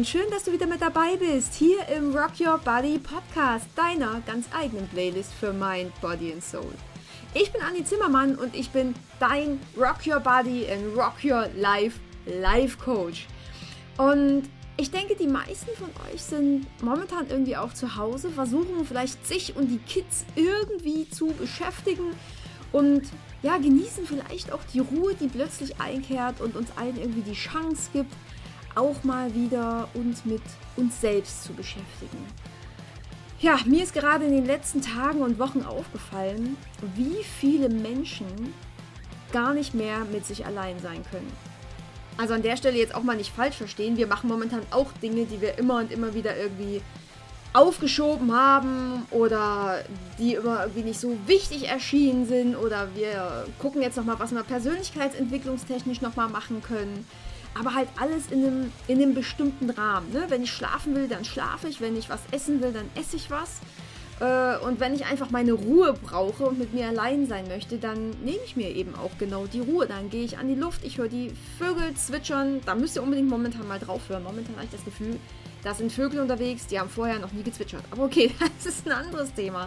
und schön, dass du wieder mit dabei bist, hier im Rock Your Body Podcast, deiner ganz eigenen Playlist für Mind, Body and Soul. Ich bin Anni Zimmermann und ich bin dein Rock Your Body and Rock Your Life Coach. Und ich denke, die meisten von euch sind momentan irgendwie auch zu Hause, versuchen vielleicht sich und die Kids irgendwie zu beschäftigen und ja, genießen vielleicht auch die Ruhe, die plötzlich einkehrt und uns allen irgendwie die Chance gibt, auch mal wieder uns mit uns selbst zu beschäftigen. Ja, mir ist gerade in den letzten Tagen und Wochen aufgefallen, wie viele Menschen gar nicht mehr mit sich allein sein können. Also an der Stelle jetzt auch mal nicht falsch verstehen, wir machen momentan auch Dinge, die wir immer und immer wieder irgendwie aufgeschoben haben oder die immer irgendwie nicht so wichtig erschienen sind oder wir gucken jetzt nochmal, was wir persönlichkeitsentwicklungstechnisch nochmal machen können. Aber halt alles in einem bestimmten Rahmen. Ne? Wenn ich schlafen will, dann schlafe ich. Wenn ich was essen will, dann esse ich was. Und wenn ich einfach meine Ruhe brauche und mit mir allein sein möchte, dann nehme ich mir eben auch genau die Ruhe. Dann gehe ich an die Luft, ich höre die Vögel zwitschern. Da müsst ihr unbedingt momentan mal drauf hören. Momentan habe ich das Gefühl, da sind Vögel unterwegs, die haben vorher noch nie gezwitschert. Aber okay, das ist ein anderes Thema.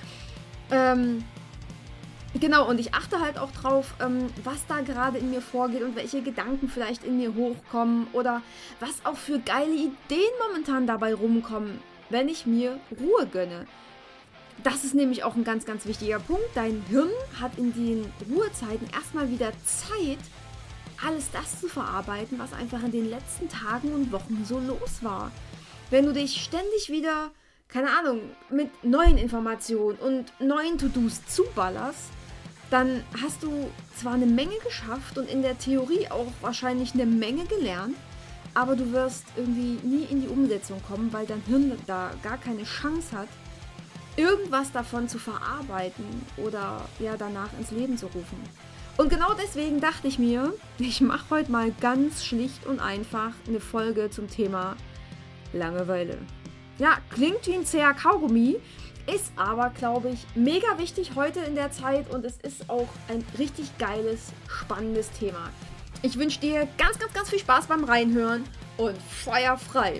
Genau, und ich achte halt auch drauf, was da gerade in mir vorgeht und welche Gedanken vielleicht in mir hochkommen oder was auch für geile Ideen momentan dabei rumkommen, wenn ich mir Ruhe gönne. Das ist nämlich auch ein ganz, ganz wichtiger Punkt. Dein Hirn hat in den Ruhezeiten erstmal wieder Zeit, alles das zu verarbeiten, was einfach in den letzten Tagen und Wochen so los war. Wenn du dich ständig wieder, keine Ahnung, mit neuen Informationen und neuen To-Dos zuballerst, dann hast du zwar eine Menge geschafft und in der Theorie auch wahrscheinlich eine Menge gelernt, aber du wirst irgendwie nie in die Umsetzung kommen, weil dein Hirn da gar keine Chance hat, irgendwas davon zu verarbeiten oder ja danach ins Leben zu rufen. Und genau deswegen dachte ich mir, ich mache heute mal ganz schlicht und einfach eine Folge zum Thema Langeweile. Ja, klingt wie ein zäher Kaugummi, ist aber, glaube ich, mega wichtig heute in der Zeit und es ist auch ein richtig geiles, spannendes Thema. Ich wünsche dir ganz, ganz, ganz viel Spaß beim Reinhören und Feuer frei!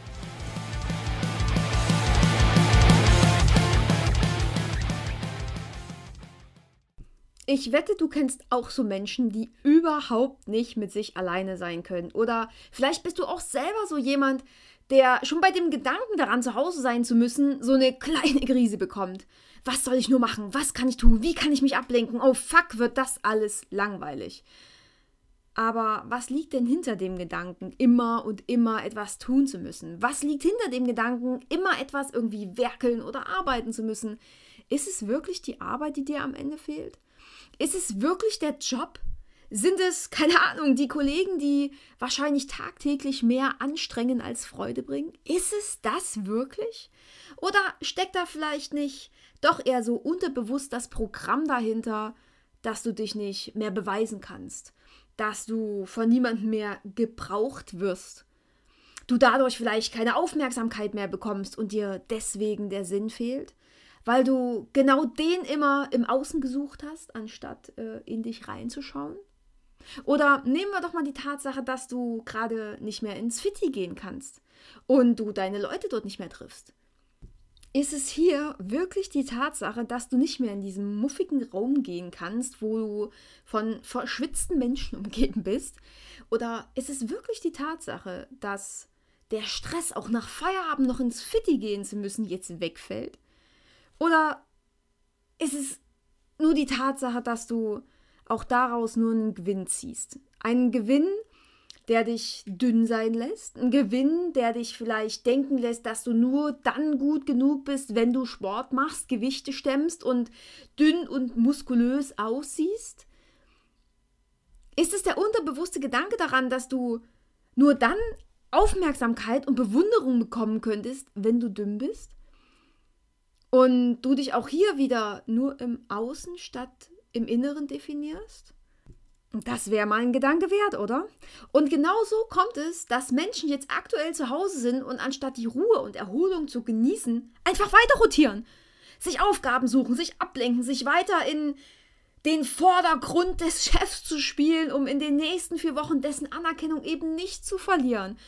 Ich wette, du kennst auch so Menschen, die überhaupt nicht mit sich alleine sein können. Oder vielleicht bist du auch selber so jemand, der schon bei dem Gedanken daran, zu Hause sein zu müssen, so eine kleine Krise bekommt. Was soll ich nur machen? Was kann ich tun? Wie kann ich mich ablenken? Oh fuck, wird das alles langweilig. Aber was liegt denn hinter dem Gedanken, immer und immer etwas tun zu müssen? Was liegt hinter dem Gedanken, immer etwas irgendwie werkeln oder arbeiten zu müssen? Ist es wirklich die Arbeit, die dir am Ende fehlt? Ist es wirklich der Job? Sind es, keine Ahnung, die Kollegen, die wahrscheinlich tagtäglich mehr anstrengen als Freude bringen? Ist es das wirklich? Oder steckt da vielleicht nicht doch eher so unterbewusst das Programm dahinter, dass du dich nicht mehr beweisen kannst? Dass du von niemandem mehr gebraucht wirst? Du dadurch vielleicht keine Aufmerksamkeit mehr bekommst und dir deswegen der Sinn fehlt? Weil du genau den immer im Außen gesucht hast, anstatt in dich reinzuschauen? Oder nehmen wir doch mal die Tatsache, dass du gerade nicht mehr ins Fitti gehen kannst und du deine Leute dort nicht mehr triffst. Ist es hier wirklich die Tatsache, dass du nicht mehr in diesen muffigen Raum gehen kannst, wo du von verschwitzten Menschen umgeben bist? Oder ist es wirklich die Tatsache, dass der Stress, auch nach Feierabend noch ins Fitti gehen zu müssen, jetzt wegfällt? Oder ist es nur die Tatsache, dass du auch daraus nur einen Gewinn ziehst? Einen Gewinn, der dich dünn sein lässt. Ein Gewinn, der dich vielleicht denken lässt, dass du nur dann gut genug bist, wenn du Sport machst, Gewichte stemmst und dünn und muskulös aussiehst. Ist es der unterbewusste Gedanke daran, dass du nur dann Aufmerksamkeit und Bewunderung bekommen könntest, wenn du dünn bist? Und du dich auch hier wieder nur im Außen statt im Inneren definierst? Das wäre mal ein Gedanke wert, oder? Und genauso kommt es, dass Menschen jetzt aktuell zu Hause sind und anstatt die Ruhe und Erholung zu genießen, einfach weiter rotieren. Sich Aufgaben suchen, sich ablenken, sich weiter in den Vordergrund des Chefs zu spielen, um in den nächsten 4 Wochen dessen Anerkennung eben nicht zu verlieren.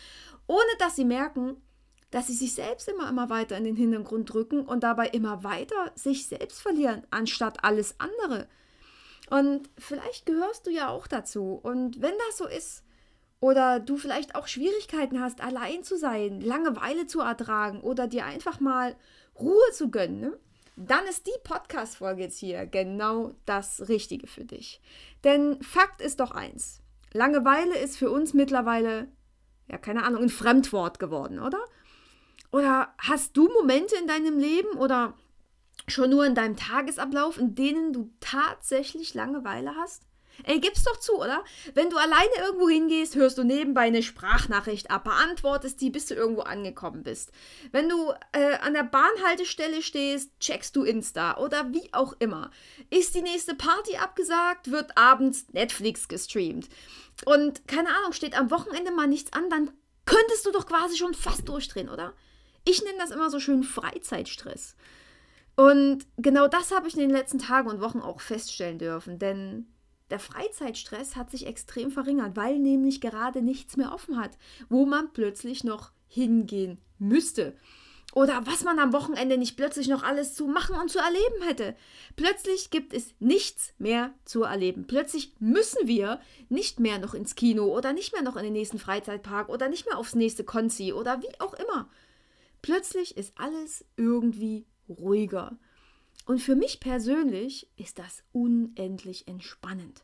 ohne dass sie merken, dass sie sich selbst immer weiter in den Hintergrund drücken und dabei immer weiter sich selbst verlieren, anstatt alles andere. Und vielleicht gehörst du ja auch dazu. Und wenn das so ist, oder du vielleicht auch Schwierigkeiten hast, allein zu sein, Langeweile zu ertragen oder dir einfach mal Ruhe zu gönnen, ne? Dann ist die Podcast-Folge jetzt hier genau das Richtige für dich. Denn Fakt ist doch eins: Langeweile ist für uns mittlerweile, ja, keine Ahnung, ein Fremdwort geworden, oder? Oder hast du Momente in deinem Leben oder schon nur in deinem Tagesablauf, in denen du tatsächlich Langeweile hast? Ey, gib's doch zu, oder? Wenn du alleine irgendwo hingehst, hörst du nebenbei eine Sprachnachricht ab, beantwortest die, bis du irgendwo angekommen bist. Wenn du an der Bahnhaltestelle stehst, checkst du Insta oder wie auch immer. Ist die nächste Party abgesagt, wird abends Netflix gestreamt. Und keine Ahnung, steht am Wochenende mal nichts an, dann könntest du doch quasi schon fast durchdrehen, oder? Ich nenne das immer so schön Freizeitstress. Und genau das habe ich in den letzten Tagen und Wochen auch feststellen dürfen, denn der Freizeitstress hat sich extrem verringert, weil nämlich gerade nichts mehr offen hat, wo man plötzlich noch hingehen müsste. Oder was man am Wochenende nicht plötzlich noch alles zu machen und zu erleben hätte. Plötzlich gibt es nichts mehr zu erleben. Plötzlich müssen wir nicht mehr noch ins Kino oder nicht mehr noch in den nächsten Freizeitpark oder nicht mehr aufs nächste Konzi oder wie auch immer. Plötzlich ist alles irgendwie ruhiger. Und für mich persönlich ist das unendlich entspannend.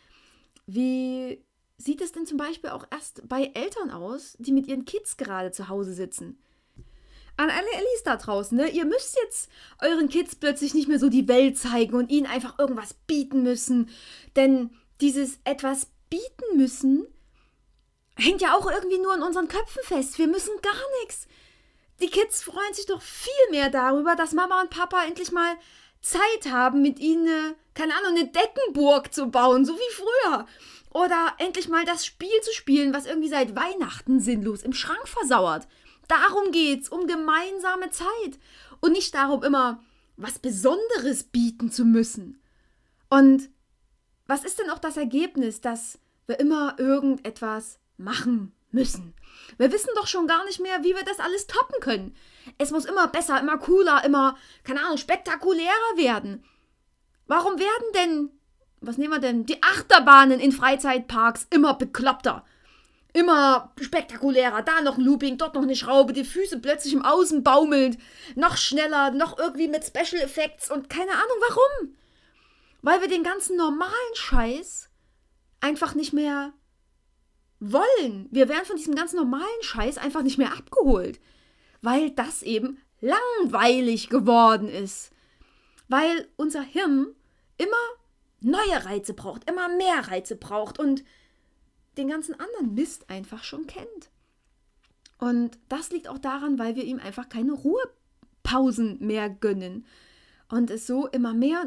Wie sieht es denn zum Beispiel auch erst bei Eltern aus, die mit ihren Kids gerade zu Hause sitzen? An alle Ellis da draußen, ne? Ihr müsst jetzt euren Kids plötzlich nicht mehr so die Welt zeigen und ihnen einfach irgendwas bieten müssen. Denn dieses etwas bieten müssen hängt ja auch irgendwie nur in unseren Köpfen fest. Wir müssen gar nichts. Die Kids freuen sich doch viel mehr darüber, dass Mama und Papa endlich mal Zeit haben, mit ihnen, keine Ahnung, eine Deckenburg zu bauen, so wie früher. Oder endlich mal das Spiel zu spielen, was irgendwie seit Weihnachten sinnlos im Schrank versauert. Darum geht's, um gemeinsame Zeit. Und nicht darum, immer was Besonderes bieten zu müssen. Und was ist denn auch das Ergebnis, dass wir immer irgendetwas machen müssen? Wir wissen doch schon gar nicht mehr, wie wir das alles toppen können. Es muss immer besser, immer cooler, immer, keine Ahnung, spektakulärer werden. Warum werden denn, was nehmen wir denn, die Achterbahnen in Freizeitparks immer bekloppter? Immer spektakulärer, da noch ein Looping, dort noch eine Schraube, die Füße plötzlich im Außen baumelnd, noch schneller, noch irgendwie mit Special Effects und keine Ahnung warum. Weil wir den ganzen normalen Scheiß einfach nicht mehr wollen. Wir werden von diesem ganzen normalen Scheiß einfach nicht mehr abgeholt. Weil das eben langweilig geworden ist. Weil unser Hirn immer neue Reize braucht, immer mehr Reize braucht und den ganzen anderen Mist einfach schon kennt. Und das liegt auch daran, weil wir ihm einfach keine Ruhepausen mehr gönnen. Und es so immer mehr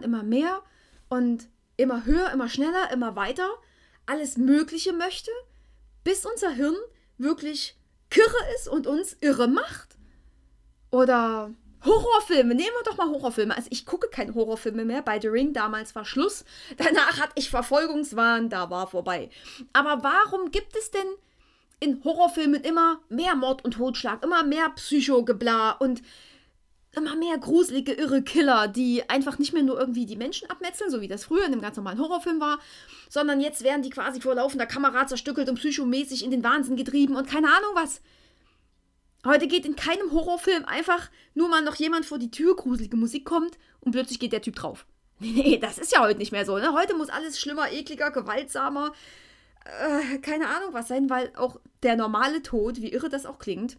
und immer höher, immer schneller, immer weiter alles Mögliche möchte, bis unser Hirn wirklich kirre ist und uns irre macht. Oder Horrorfilme, nehmen wir doch mal Horrorfilme. Also ich gucke keine Horrorfilme mehr. Bei The Ring damals war Schluss. Danach hatte ich Verfolgungswahn, da war vorbei. Aber warum gibt es denn in Horrorfilmen immer mehr Mord und Totschlag, immer mehr Psychogebla und immer mehr gruselige, irre Killer, die einfach nicht mehr nur irgendwie die Menschen abmetzeln, so wie das früher in einem ganz normalen Horrorfilm war, sondern jetzt werden die quasi vor laufender Kamera zerstückelt und psychomäßig in den Wahnsinn getrieben und keine Ahnung was. Heute geht in keinem Horrorfilm einfach nur mal noch jemand vor die Tür, gruselige Musik kommt und plötzlich geht der Typ drauf. Nee, das ist ja heute nicht mehr so. Ne? Heute muss alles schlimmer, ekliger, gewaltsamer, keine Ahnung was sein, weil auch der normale Tod, wie irre das auch klingt,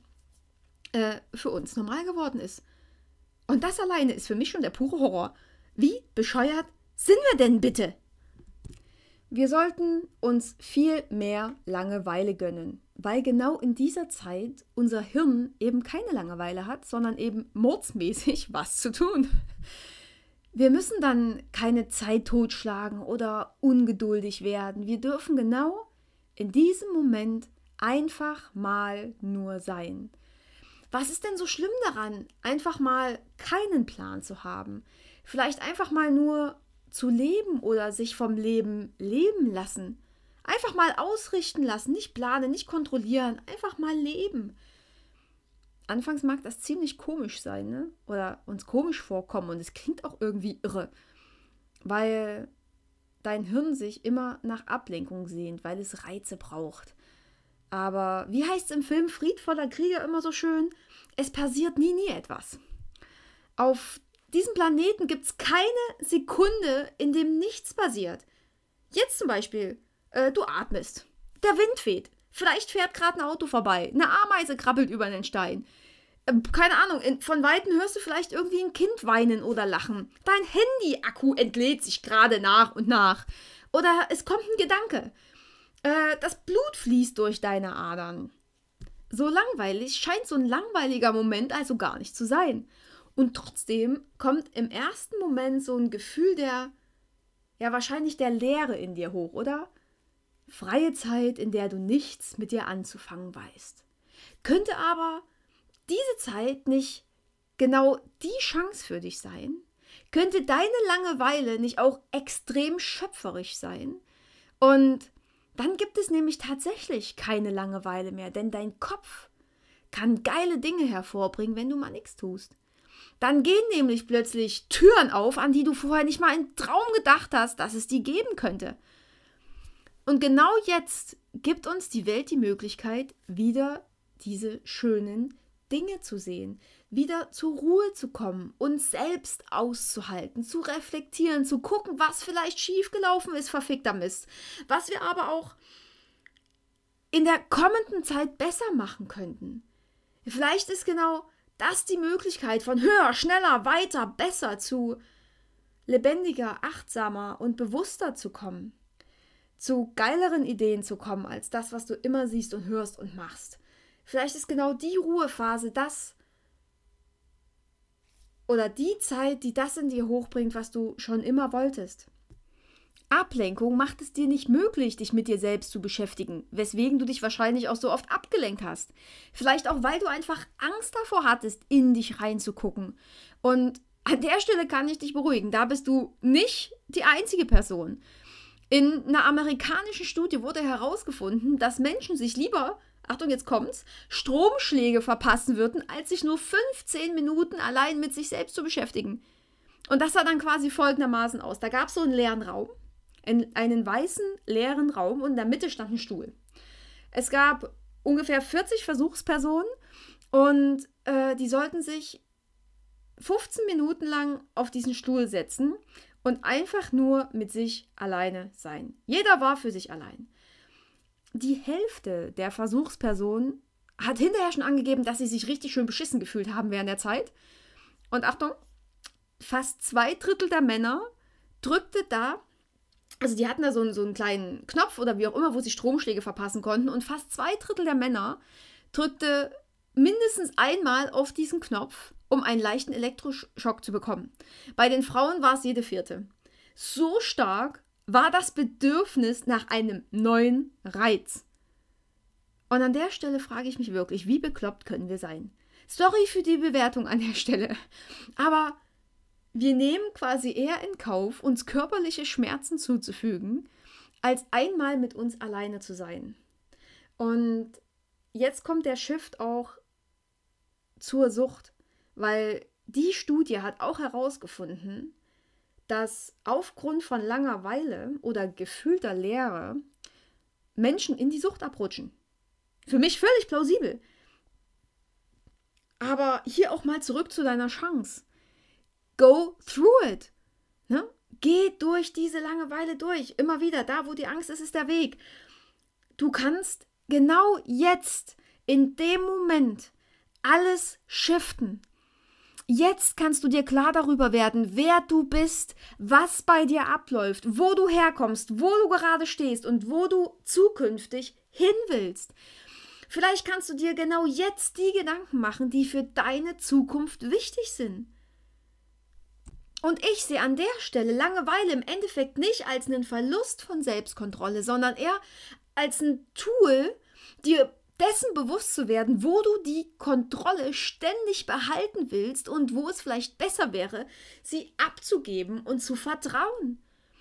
für uns normal geworden ist. Und das alleine ist für mich schon der pure Horror. Wie bescheuert sind wir denn bitte? Wir sollten uns viel mehr Langeweile gönnen, weil genau in dieser Zeit unser Hirn eben keine Langeweile hat, sondern eben mordsmäßig was zu tun. Wir müssen dann keine Zeit totschlagen oder ungeduldig werden. Wir dürfen genau in diesem Moment einfach mal nur sein. Was ist denn so schlimm daran, einfach mal keinen Plan zu haben? Vielleicht einfach mal nur zu leben oder sich vom Leben leben lassen. Einfach mal ausrichten lassen, nicht planen, nicht kontrollieren, einfach mal leben. Anfangs mag das ziemlich komisch sein, ne? Oder uns komisch vorkommen und es klingt auch irgendwie irre, weil dein Hirn sich immer nach Ablenkung sehnt, weil es Reize braucht. Aber wie heißt es im Film Friedvoller Krieger immer so schön? Es passiert nie etwas. Auf diesem Planeten gibt es keine Sekunde, in dem nichts passiert. Jetzt zum Beispiel, du atmest, der Wind weht, vielleicht fährt gerade ein Auto vorbei, eine Ameise krabbelt über einen Stein. Keine Ahnung, von Weitem hörst du vielleicht irgendwie ein Kind weinen oder lachen. Dein Handy-Akku entlädt sich gerade nach und nach. Oder es kommt ein Gedanke. Das Blut fließt durch deine Adern. So langweilig scheint so ein langweiliger Moment also gar nicht zu sein. Und trotzdem kommt im ersten Moment so ein Gefühl wahrscheinlich der Leere in dir hoch, oder? Freie Zeit, in der du nichts mit dir anzufangen weißt. Könnte aber diese Zeit nicht genau die Chance für dich sein? Könnte deine Langeweile nicht auch extrem schöpferisch sein? Und dann gibt es nämlich tatsächlich keine Langeweile mehr, denn dein Kopf kann geile Dinge hervorbringen, wenn du mal nichts tust. Dann gehen nämlich plötzlich Türen auf, an die du vorher nicht mal im Traum gedacht hast, dass es die geben könnte. Und genau jetzt gibt uns die Welt die Möglichkeit, wieder diese schönen Dinge zu sehen, wieder zur Ruhe zu kommen, uns selbst auszuhalten, zu reflektieren, zu gucken, was vielleicht schiefgelaufen ist, verfickter Mist, was wir aber auch in der kommenden Zeit besser machen könnten. Vielleicht ist genau das die Möglichkeit, von höher, schneller, weiter, besser zu lebendiger, achtsamer und bewusster zu kommen, zu geileren Ideen zu kommen, als das, was du immer siehst und hörst und machst. Vielleicht ist genau die Ruhephase das oder die Zeit, die das in dir hochbringt, was du schon immer wolltest. Ablenkung macht es dir nicht möglich, dich mit dir selbst zu beschäftigen, weswegen du dich wahrscheinlich auch so oft abgelenkt hast. Vielleicht auch, weil du einfach Angst davor hattest, in dich reinzugucken. Und an der Stelle kann ich dich beruhigen, da bist du nicht die einzige Person. In einer amerikanischen Studie wurde herausgefunden, dass Menschen sich lieber, Achtung, jetzt kommt's, Stromschläge verpassen würden, als sich nur 15 Minuten allein mit sich selbst zu beschäftigen. Und das sah dann quasi folgendermaßen aus. Da gab es so einen leeren Raum, einen weißen leeren Raum und in der Mitte stand ein Stuhl. Es gab ungefähr 40 Versuchspersonen und die sollten sich 15 Minuten lang auf diesen Stuhl setzen und einfach nur mit sich alleine sein. Jeder war für sich allein. Die Hälfte der Versuchspersonen hat hinterher schon angegeben, dass sie sich richtig schön beschissen gefühlt haben während der Zeit. Und Achtung, fast 2/3 der Männer drückte da, also die hatten da so einen kleinen Knopf oder wie auch immer, wo sie Stromschläge verpassen konnten. Und fast 2/3 der Männer drückte mindestens einmal auf diesen Knopf, um einen leichten Elektroschock zu bekommen. Bei den Frauen war es jede 4. So stark war das Bedürfnis nach einem neuen Reiz. Und an der Stelle frage ich mich wirklich, wie bekloppt können wir sein? Sorry für die Bewertung an der Stelle, aber wir nehmen quasi eher in Kauf, uns körperliche Schmerzen zuzufügen, als einmal mit uns alleine zu sein. Und jetzt kommt der Shift auch zur Sucht, weil die Studie hat auch herausgefunden, dass aufgrund von Langeweile oder gefühlter Leere Menschen in die Sucht abrutschen. Für mich völlig plausibel. Aber hier auch mal zurück zu deiner Chance. Go through it. Ne? Geh durch diese Langeweile durch. Immer wieder, da wo die Angst ist, ist der Weg. Du kannst genau jetzt, in dem Moment, alles shiften. Jetzt kannst du dir klar darüber werden, wer du bist, was bei dir abläuft, wo du herkommst, wo du gerade stehst und wo du zukünftig hin willst. Vielleicht kannst du dir genau jetzt die Gedanken machen, die für deine Zukunft wichtig sind. Und ich sehe an der Stelle Langeweile im Endeffekt nicht als einen Verlust von Selbstkontrolle, sondern eher als ein Tool, dir dessen bewusst zu werden, wo du die Kontrolle ständig behalten willst und wo es vielleicht besser wäre, sie abzugeben und zu vertrauen.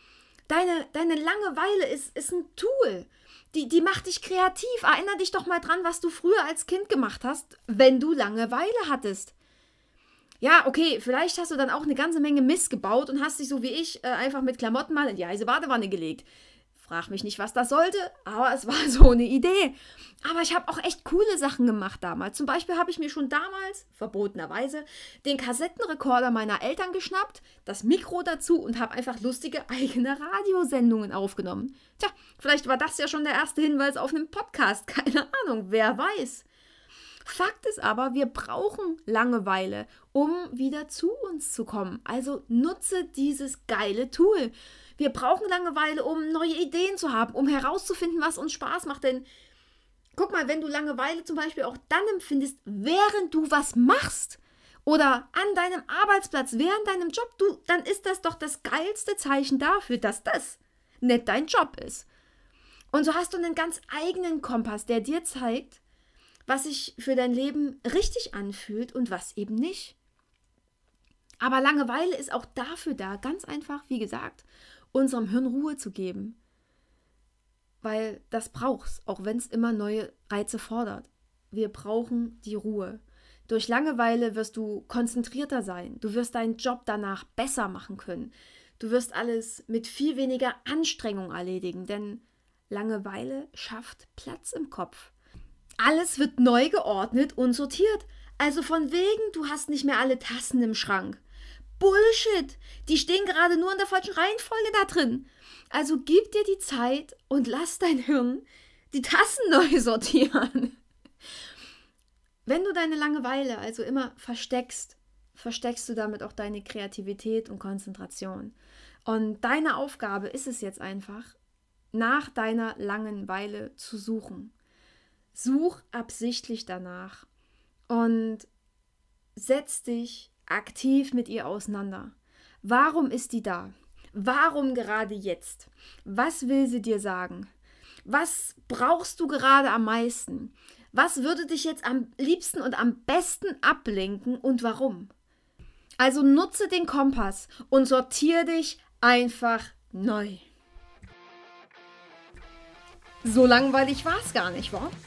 Deine Langeweile ist ein Tool. Die macht dich kreativ. Erinner dich doch mal dran, was du früher als Kind gemacht hast, wenn du Langeweile hattest. Ja, okay, vielleicht hast du dann auch eine ganze Menge Mist gebaut und hast dich so wie ich einfach mit Klamotten mal in die heiße Badewanne gelegt. Frag mich nicht, was das sollte, aber es war so eine Idee. Aber ich habe auch echt coole Sachen gemacht damals. Zum Beispiel habe ich mir schon damals, verbotenerweise, den Kassettenrekorder meiner Eltern geschnappt, das Mikro dazu und habe einfach lustige eigene Radiosendungen aufgenommen. Tja, vielleicht war das ja schon der erste Hinweis auf einen Podcast. Keine Ahnung, wer weiß. Fakt ist aber, wir brauchen Langeweile, um wieder zu uns zu kommen. Also nutze dieses geile Tool. Wir brauchen Langeweile, um neue Ideen zu haben, um herauszufinden, was uns Spaß macht. Denn guck mal, wenn du Langeweile zum Beispiel auch dann empfindest, während du was machst oder an deinem Arbeitsplatz, während deinem Job, dann ist das doch das geilste Zeichen dafür, dass das nicht dein Job ist. Und so hast du einen ganz eigenen Kompass, der dir zeigt, was sich für dein Leben richtig anfühlt und was eben nicht. Aber Langeweile ist auch dafür da, ganz einfach, wie gesagt, unserem Hirn Ruhe zu geben. Weil das braucht's, auch wenn es immer neue Reize fordert. Wir brauchen die Ruhe. Durch Langeweile wirst du konzentrierter sein. Du wirst deinen Job danach besser machen können. Du wirst alles mit viel weniger Anstrengung erledigen, denn Langeweile schafft Platz im Kopf. Alles wird neu geordnet und sortiert. Also von wegen, du hast nicht mehr alle Tassen im Schrank. Bullshit! Die stehen gerade nur in der falschen Reihenfolge da drin. Also gib dir die Zeit und lass dein Hirn die Tassen neu sortieren. Wenn du deine Langeweile also immer versteckst du damit auch deine Kreativität und Konzentration. Und deine Aufgabe ist es jetzt einfach, nach deiner Langeweile zu suchen. Such absichtlich danach und setz dich aktiv mit ihr auseinander. Warum ist die da? Warum gerade jetzt? Was will sie dir sagen? Was brauchst du gerade am meisten? Was würde dich jetzt am liebsten und am besten ablenken und warum? Also nutze den Kompass und sortiere dich einfach neu. So langweilig war es gar nicht, wa?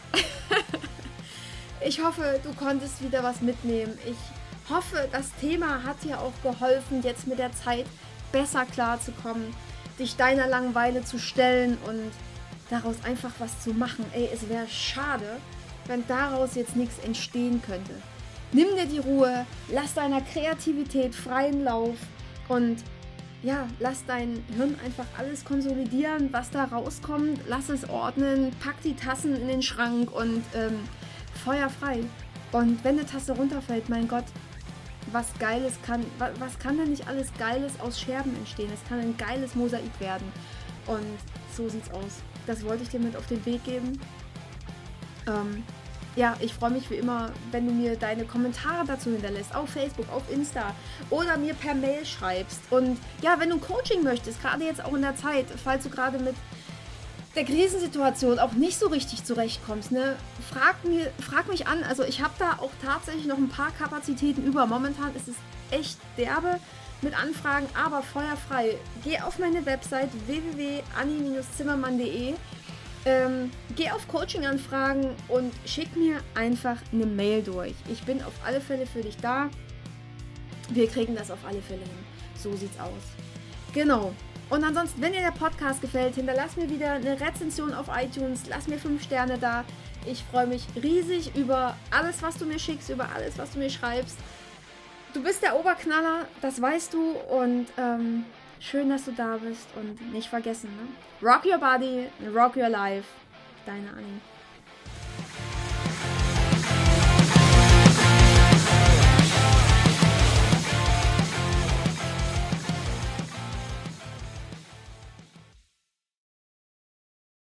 Ich hoffe, du konntest wieder was mitnehmen. Ich hoffe, das Thema hat dir auch geholfen, jetzt mit der Zeit besser klarzukommen, dich deiner Langeweile zu stellen und daraus einfach was zu machen. Ey, es wäre schade, wenn daraus jetzt nichts entstehen könnte. Nimm dir die Ruhe, lass deiner Kreativität freien Lauf und ja, lass dein Hirn einfach alles konsolidieren, was da rauskommt. Lass es ordnen, pack die Tassen in den Schrank und Feuer frei. Und wenn eine Tasse runterfällt, mein Gott, was kann denn nicht alles Geiles aus Scherben entstehen? Es kann ein geiles Mosaik werden. Und so sieht's aus. Das wollte ich dir mit auf den Weg geben. Ja, ich freue mich wie immer, wenn du mir deine Kommentare dazu hinterlässt, auf Facebook, auf Insta oder mir per Mail schreibst. Und ja, wenn du ein Coaching möchtest, gerade jetzt auch in der Zeit, falls du gerade mit der Krisensituation auch nicht so richtig zurechtkommst, ne, frag mich an. Also ich habe da auch tatsächlich noch ein paar Kapazitäten über. Momentan ist es echt derbe mit Anfragen, aber feuerfrei. Geh auf meine Website www.anni-zimmermann.de. Geh auf Coaching-Anfragen und schick mir einfach eine Mail durch. Ich bin auf alle Fälle für dich da. Wir kriegen das auf alle Fälle hin. So sieht's aus. Genau. Und ansonsten, wenn dir der Podcast gefällt, hinterlass mir wieder eine Rezension auf iTunes. Lass mir 5 Sterne da. Ich freue mich riesig über alles, was du mir schickst, über alles, was du mir schreibst. Du bist der Oberknaller, das weißt du. Und schön, dass du da bist. Und nicht vergessen, ne? Rock your body, rock your life. Deine Anni.